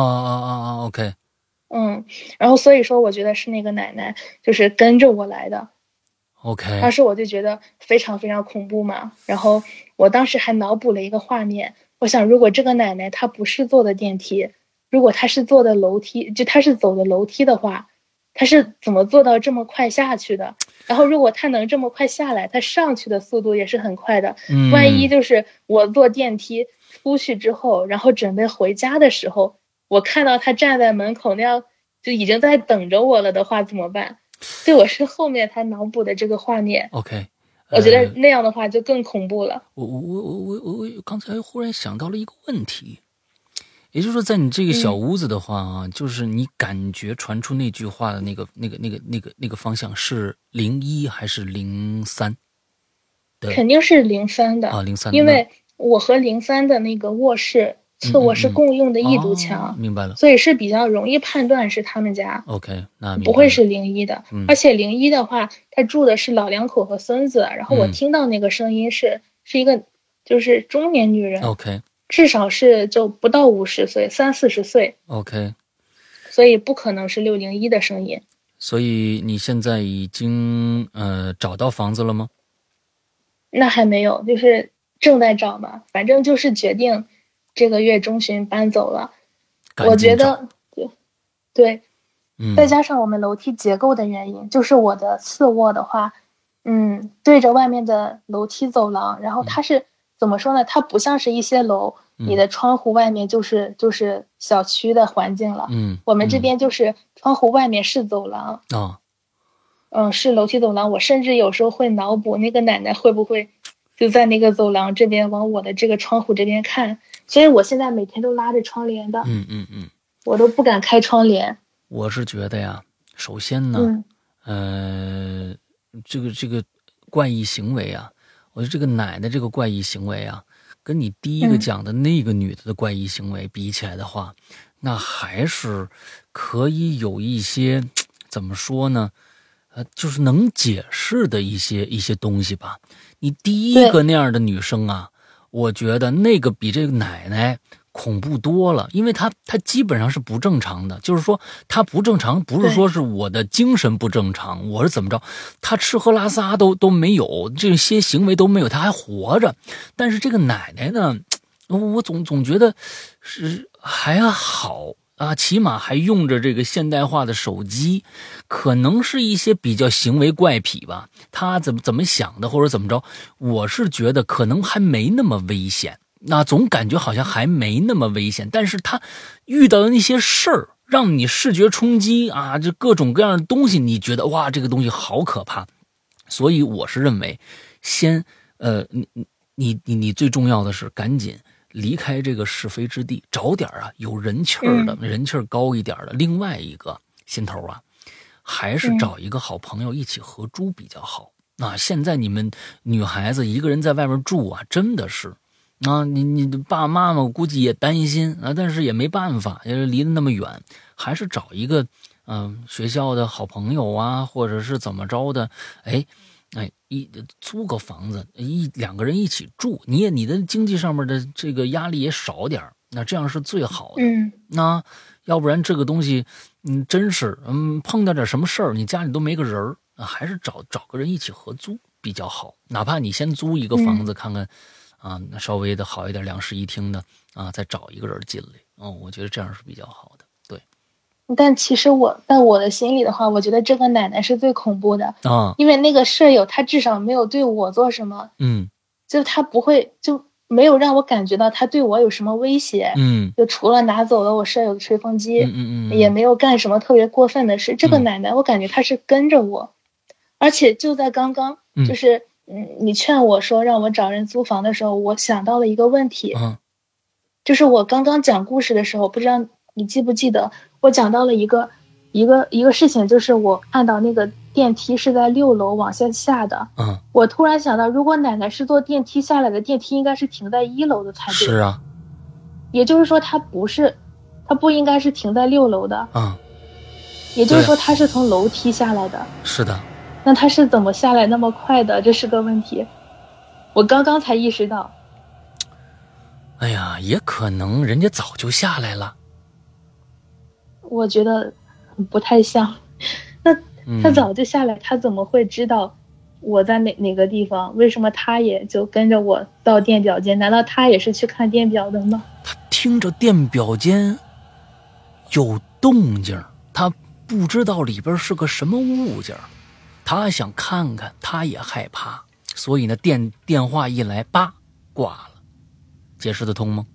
OK。 然后所以说我觉得是那个奶奶就是跟着我来的。 OK， 当时我就觉得非常非常恐怖嘛，然后我当时还脑补了一个画面，我想如果这个奶奶她不是坐的电梯，如果她是坐的楼梯，就她是走的楼梯的话，她是怎么做到这么快下去的？然后如果她能这么快下来，她上去的速度也是很快的。万一就是我坐电梯出去之后，然后准备回家的时候，我看到她站在门口那样就已经在等着我了的话怎么办？对，我是后面才脑补的这个画面。 OK， 我觉得那样的话就更恐怖了。 我刚才忽然想到了一个问题，也就是说，在你这个小屋子的话就是你感觉传出那句话的那个方向是01还是03？ 肯定是03的 03， 因为我和03的那个卧室。侧卧是共用的一堵墙， 明白了， 所以是比较容易判断是他们家。 OK， 那不会是01的，而且01的话，他住的是老两口和孙子，然后我听到那个声音是一个就是中年女人 ，OK， 至少是就不到50岁，30-40岁 ，OK， 所以不可能是601的声音。 所以你现在已经找到房子了吗？ 那还没有，就是正在找嘛，反正就是决定。这个月中旬搬走了，我觉得对，再加上我们楼梯结构的原因，就是我的次卧的话，对着外面的楼梯走廊，然后它是怎么说呢？它不像是一些楼，你的窗户外面就是小区的环境了，我们这边就是窗户外面是走廊是楼梯走廊。我甚至有时候会脑补那个奶奶会不会就在那个走廊这边往我的这个窗户这边看。所以我现在每天都拉着窗帘的，我都不敢开窗帘。 我是觉得呀，首先呢，这个怪异行为啊，我觉得这个奶奶这个怪异行为啊，跟你第一个讲的那个女的怪异行为比起来的话，那还是可以有一些怎么说呢？就是能解释的一些东西吧。你第一个那样的女生啊。我觉得那个比这个奶奶恐怖多了，因为她基本上是不正常的，就是说她不正常，不是说是我的精神不正常，我是怎么着，她吃喝拉撒都没有，这些行为都没有，她还活着。但是这个奶奶呢，我总觉得是还好啊，起码还用着这个现代化的手机，可能是一些比较行为怪癖吧。他怎么想的，或者怎么着，我是觉得可能还没那么危险。那总感觉好像还没那么危险，但是他遇到的那些事儿，让你视觉冲击啊，这各种各样的东西，你觉得哇，这个东西好可怕。所以我是认为，先你最重要的是赶紧离开这个是非之地，找点有人气儿的，人气儿高一点的。另外一个心头还是找一个好朋友一起合租比较好。现在你们女孩子一个人在外面住真的是你爸爸妈妈我估计也担心但是也没办法，因为离得那么远，还是找一个学校的好朋友或者是怎么着的，租个房子，两个人一起住，你的经济上面的这个压力也少点，那这样是最好的。那要不然这个东西，真是碰到点什么事儿，你家里都没个人还是找个人一起合租比较好。哪怕你先租一个房子看看，稍微的好一点，两室一厅的再找一个人进来，我觉得这样是比较好的。对。 但其实在我的心里的话，我觉得这个奶奶是最恐怖的因为那个舍友她至少没有对我做什么，就她不会就没有让我感觉到她对我有什么威胁，就除了拿走了我舍友的吹风机，也没有干什么特别过分的事。这个奶奶我感觉她是跟着我，而且就在刚刚，就是你劝我说让我找人租房的时候，我想到了一个问题，就是我刚刚讲故事的时候，不知道你记不记得，我讲到了一个事情，就是我看到那个电梯是在6楼往下的。我突然想到，如果奶奶是坐电梯下来的，电梯应该是停在1楼的才对。 是啊。 也就是说，她不应该是停在6楼的。也就是说，她是从楼梯下来的。 是的。 那她是怎么下来那么快的？这是个问题。我刚刚才意识到。 哎呀，也可能人家早就下来了。 我觉得不太像。那他早就下来，他怎么会知道我在哪个地方？为什么他也就跟着我到电表间？难道他也是去看电表的吗？ 他听着电表间有动静，他不知道里边是个什么物件，他想看看，他也害怕，所以呢电话一来叭挂了。解释得通吗？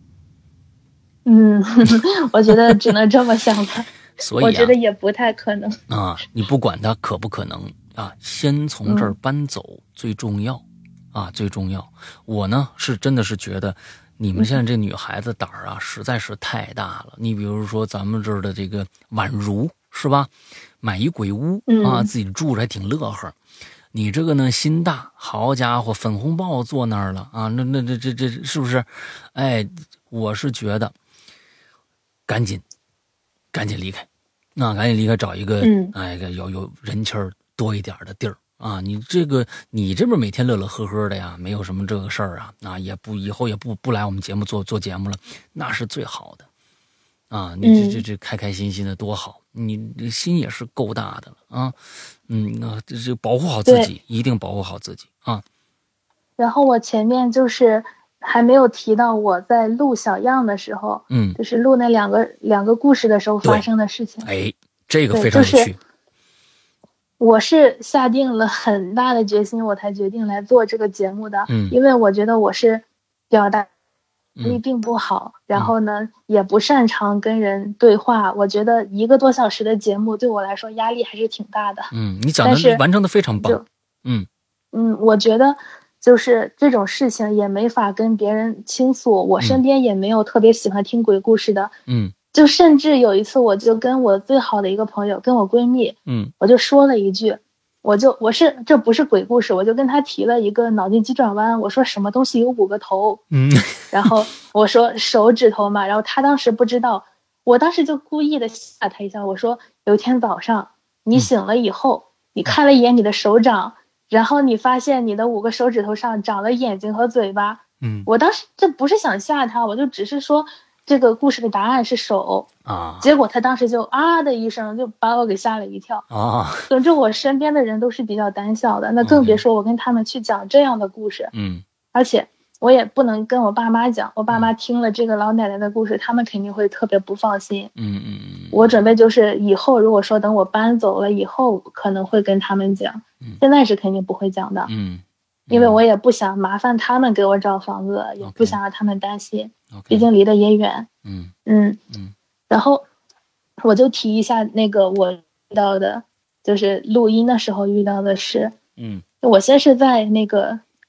我觉得只能这么想吧。 所以我觉得也不太可能你不管它可不可能先从这儿搬走最重要最重要。我呢是真的是觉得你们现在这女孩子胆儿实在是太大了。你比如说咱们这儿的这个宛如是吧，买一鬼屋自己住着还挺乐呵。你这个呢心大，好家伙，粉红豹坐那儿了那这是不是？我是觉得赶紧离开，赶紧离开，找一个有人气儿多一点的地儿你这边每天乐乐呵呵的呀，没有什么这个事儿也不以后也不来我们节目做节目了，那是最好的你这开开心心的多好，你这心也是够大的了这保护好自己，一定保护好自己然后我前面就是还没有提到我在录小样的时候，就是录那两个故事的时候发生的事情。 这个非常有趣。 就是我是下定了很大的决心，我才决定来做这个节目的。因为我觉得我是表达力并不好，然后呢也不擅长跟人对话。我觉得1个多小时的节目对我来说压力还是挺大的。 你讲的完成的非常棒。 我觉得就是这种事情也没法跟别人倾诉，我身边也没有特别喜欢听鬼故事的。就甚至有一次我就跟我最好的一个朋友，跟我闺蜜，我就说了一句，这不是鬼故事，我就跟她提了一个脑筋急转弯，我说什么东西有5个头，然后我说手指头嘛，然后她当时不知道，我当时就故意的吓她一下，我说有一天早上你醒了以后，你看了一眼你的手掌，然后你发现你的5个手指头上长了眼睛和嘴巴。我当时这不是想吓她，我就只是说这个故事的答案是手结果他当时就的一声就把我给吓了一跳总之我身边的人都是比较胆小的，那更别说我跟他们去讲这样的故事。而且我也不能跟我爸妈讲，我爸妈听了这个老奶奶的故事，他们肯定会特别不放心。我准备就是以后如果说等我搬走了以后可能会跟他们讲，现在是肯定不会讲的。因为我也不想麻烦他们给我找房子，也不想让他们担心，毕竟离得也远。然后我就提一下那个我遇到的，就是录音的时候遇到的事。我先是在那个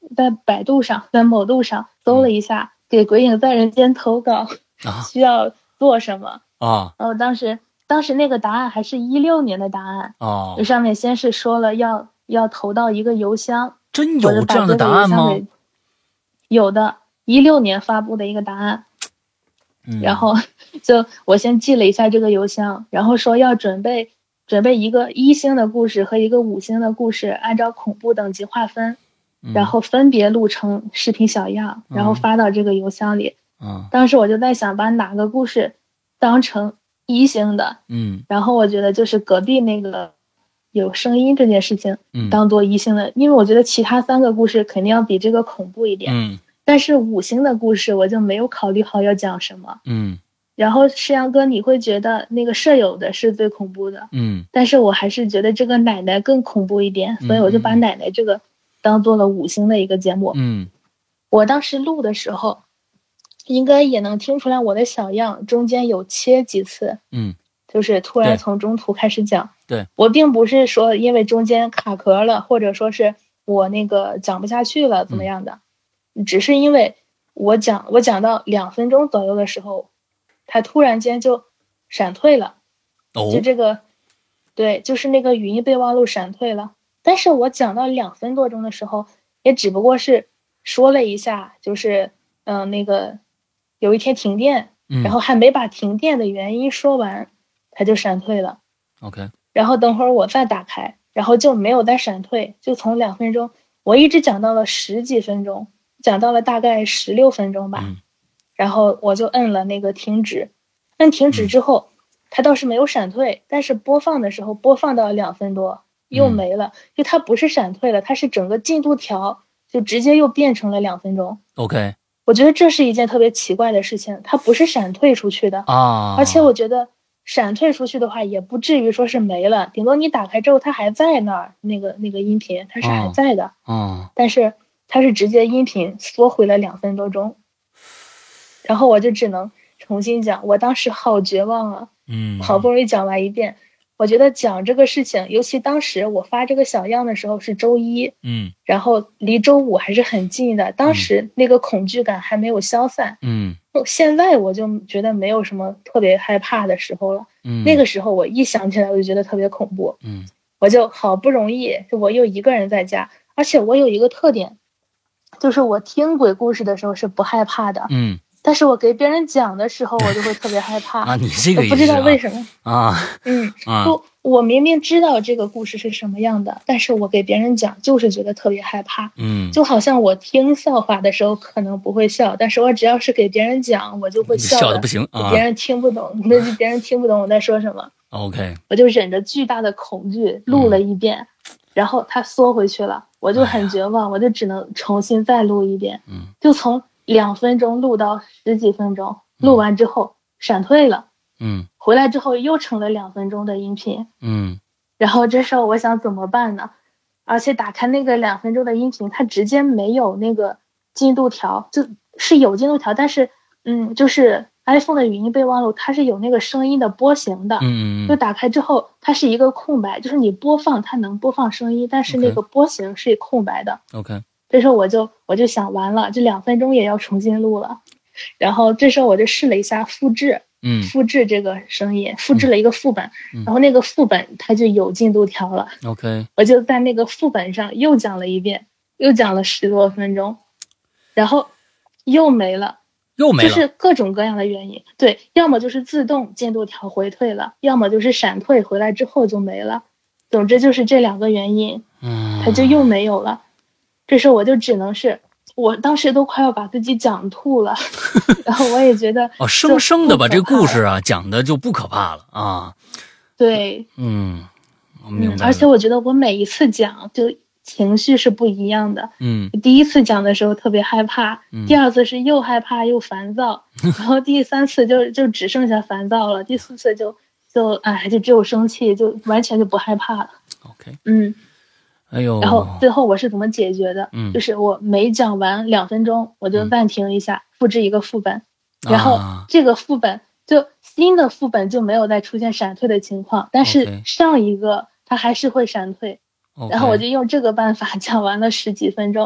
在百度上，在某度上搜了一下，给《鬼影在人间》投稿需要做什么啊？然后当时那个答案还是16年的答案啊，上面先是说了要投到一个邮箱。 真有这样的答案吗？ 有的，16年发布的一个答案。然后就我先记了一下这个邮箱，然后说要准备一个1星的故事和一个5星的故事，按照恐怖等级划分，然后分别录成视频小样，然后发到这个邮箱里。当时我就在想，把哪个故事当成1星的，然后我觉得就是隔壁那个有声音这件事情当做1星的，因为我觉得其他3个故事肯定要比这个恐怖一点。但是5星的故事我就没有考虑好要讲什么。然后石阳哥，你会觉得那个舍友的是最恐怖的。但是我还是觉得这个奶奶更恐怖一点，所以我就把奶奶这个当做了5星的一个节目。我当时录的时候应该也能听出来我的小样中间有切几次。就是突然从中途开始讲。 对， 我并不是说因为中间卡壳了，或者说是我那个讲不下去了怎么样的，只是因为我讲到2分钟左右的时候，它突然间就闪退了。就这个，对，就是那个语音备忘录闪退了。但是我讲到2分多钟的时候，也只不过是说了一下，就是那个有一天停电，然后还没把停电的原因说完，它就闪退了。 OK。 然后等会儿我再打开，然后就没有再闪退，就从2分钟，我一直讲到了10几分钟，讲到了大概16分钟吧。然后我就摁了那个停止，摁停止之后，它倒是没有闪退，但是播放的时候播放到2分多又没了，就它不是闪退了，它是整个进度条就直接又变成了2分钟。 OK。 我觉得这是一件特别奇怪的事情，它不是闪退出去的啊，而且我觉得闪退出去的话也不至于说是没了，顶多你打开之后它还在那儿，那个音频它是还在的。但是它是直接音频缩回了2分多钟，然后我就只能重新讲。我当时好绝望啊，好不容易讲完一遍，我觉得讲这个事情，尤其当时我发这个小样的时候是周一，然后离周五还是很近的，当时那个恐惧感还没有消散。现在我就觉得没有什么特别害怕的时候了。那个时候我一想起来我就觉得特别恐怖。我就好不容易，就我又一个人在家，而且我有一个特点，就是我听鬼故事的时候是不害怕的。但是我给别人讲的时候，我就会特别害怕啊！你这个我不知道为什么啊？ 不，我明明知道这个故事是什么样的，但是我给别人讲就是觉得特别害怕。就好像我听笑话的时候可能不会笑，但是我只要是给别人讲，我就会笑的不行啊！ 别人听不懂，那别人听不懂我在说什么。 OK， 我就忍着巨大的恐惧录了一遍，然后它缩回去了，我就很绝望，我就只能重新再录一遍。就从2分钟录到10几分钟，录完之后闪退了，回来之后又成了2分钟的音频，然后这时候我想怎么办呢？而且打开那个2分钟的音频，它直接没有那个进度条，就是有进度条，但是就是 iPhone 的语音备忘录它是有那个声音的波形的，就打开之后它是一个空白，就是你播放它能播放声音，但是那个波形是空白的。 OK。 这时候我就想完了，这2分钟也要重新录了，然后这时候我就试了一下复制这个声音，复制了一个副本，然后那个副本它就有进度条了。 OK， 我就在那个副本上又讲了一遍，又讲了10多分钟，然后又没了，就是各种各样的原因。对，要么就是自动进度条回退了，要么就是闪退回来之后就没了。总之就是这2个原因，它就又没有了。这时候我就只能是，我当时都快要把自己讲吐了，然后我也觉得生生的把这个故事啊讲的就不可怕了啊。 对， 我明白了。 而且我觉得我每一次讲就情绪是不一样的。第一次讲的时候特别害怕，第2次是又害怕又烦躁，然后第3次就只剩下烦躁了，第4次就只有生气，就完全就不害怕了。 OK， 哎呦，然后最后我是怎么解决的？就是我每讲完2分钟，我就暂停一下，复制一个副本，然后这个副本就新的副本就没有再出现闪退的情况，但是上一个它还是会闪退。然后我就用这个办法讲完了10几分钟，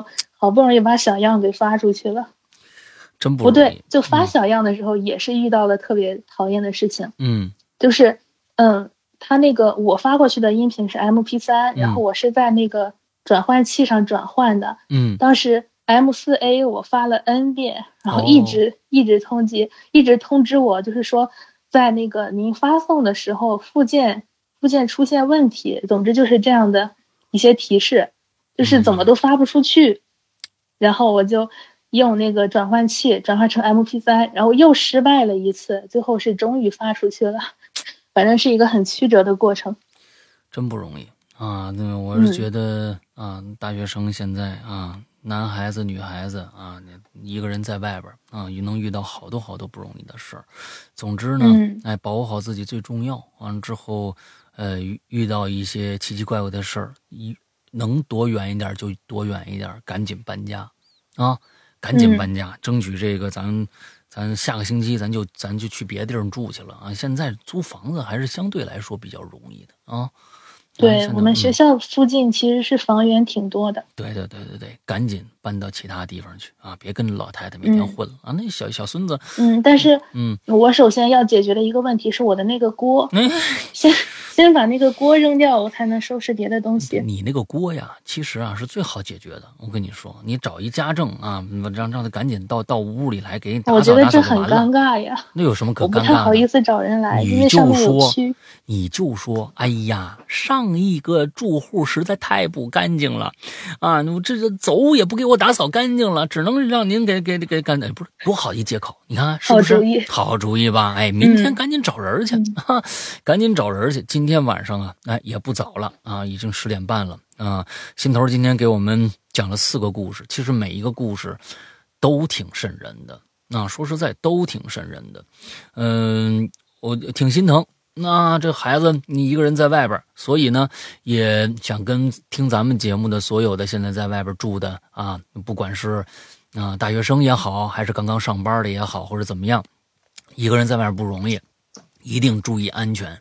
好不容易把小样给发出去了。 真不不对，就发小样的时候也是遇到了特别讨厌的事情。就是他那个我发过去的音频是 MP3，然后我是在那个转换器上转换的。当时 M4A 我发了 N 遍，然后一直通知我，就是说在那个您发送的时候附件出现问题，总之就是这样的一些提示，就是怎么都发不出去。然后我就用那个转换器转换成 MP3，然后又失败了一次，最后是终于发出去了。反正是一个很曲折的过程， 真不容易啊！那我是觉得大学生现在男孩子女孩子一个人在外边也能遇到好多好多不容易的事儿。总之呢，保护好自己最重要。完了之后，遇到一些奇奇怪怪的事儿，能躲远一点就躲远一点，赶紧搬家赶紧搬家，争取这个咱下个星期咱就去别的地儿住去了啊！现在租房子还是相对来说比较容易的啊。 对，我们学校附近其实是房源挺多的。 对，赶紧搬到其他地方去啊！别跟老太太每天混了啊！那小孙子， 但是我首先要解决的一个问题是我的那个锅，先把那个锅扔掉，我才能收拾别的东西。 你那个锅呀，其实是最好解决的。我跟你说，你找一家政让他赶紧到屋里来给你打扫打扫就完了。 我觉得这很尴尬呀。 那有什么可尴尬的？ 我不太好意思找人来，因为上面有蛆。 你就说，哎呀，上一个住户实在太不干净了啊！这走也不给我打扫干净了，只能让您给干的，不是多好一借口？你看是不是？好主意吧？哎，明天赶紧找人去赶紧找人去。今天晚上也不早了已经10点半了心头今天给我们讲了4个故事，其实每一个故事都挺瘆人的说实在都挺瘆人的。我挺心疼。那这孩子你一个人在外边，所以呢也想跟听咱们节目的所有的现在在外边住的不管是大学生也好，还是刚刚上班的也好，或者怎么样，一个人在外边不容易，一定注意安全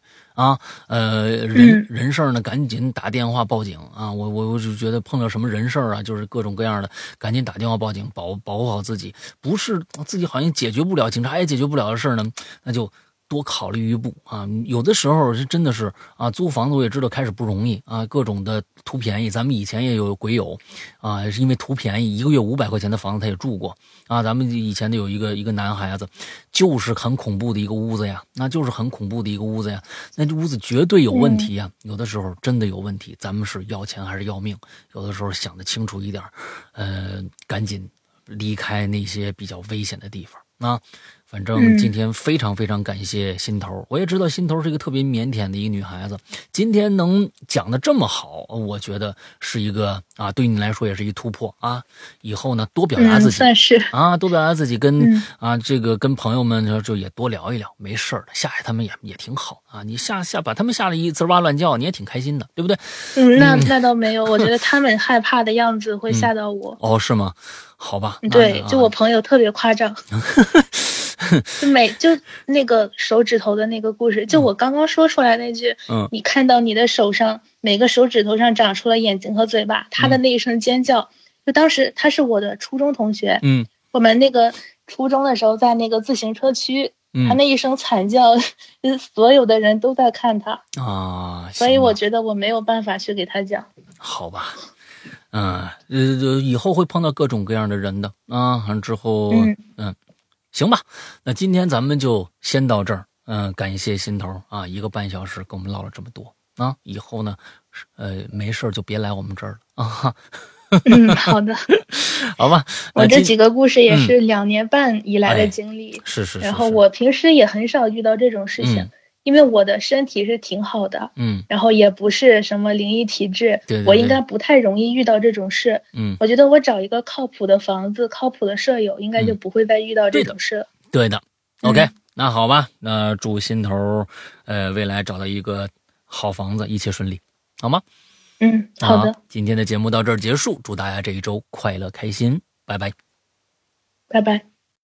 人事呢赶紧打电话报警我就觉得碰到什么人事就是各种各样的，赶紧打电话报警，保护好自己。不是自己好像解决不了，警察也解决不了的事呢，那就多考虑一步有的时候是真的是租房子我也知道开始不容易各种的图便宜。咱们以前也有鬼友是因为图便宜，1个月500块钱的房子他也住过咱们以前的有一个男孩子，就是很恐怖的一个屋子呀，那就是很恐怖的一个屋子呀，那屋子绝对有问题呀。有的时候真的有问题，咱们是要钱还是要命？有的时候想得清楚一点赶紧离开那些比较危险的地方反正今天非常非常感谢心头，我也知道心头是一个特别腼腆的一个女孩子，今天能讲得这么好，我觉得是一个对你来说也是一突破以后呢多表达自己算是多表达自己跟这个跟朋友们就也多聊一聊，没事的，吓他们也挺好你把他们吓得一滋哇乱叫，你也挺开心的，对不对？ 那倒没有，我觉得他们害怕的样子会吓到我是吗？好吧， 对，就我朋友特别夸张就那个手指头的那个故事，就我刚刚说出来那句你看到你的手上每个手指头上长出了眼睛和嘴巴，他的那一声尖叫，就当时他是我的初中同学我们那个初中的时候在那个自行车区他那一声惨叫所有的人都在看他所以我觉得我没有办法去给他讲。 好吧以后会碰到各种各样的人的之后行吧，那今天咱们就先到这儿感谢心头1个半小时跟我们唠了这么多以后呢没事就别来我们这儿了好的好吧， 我这几个故事也是2年半以来的经历是然后我平时也很少遇到这种事情因为我的身体是挺好的然后也不是什么灵异体质对我应该不太容易遇到这种事我觉得我找一个靠谱的房子靠谱的舍友应该就不会再遇到这种事了对的 OK那好吧，那祝心头未来找到一个好房子，一切顺利好吗？ 好的今天的节目到这儿结束，祝大家这一周快乐开心，拜拜拜拜。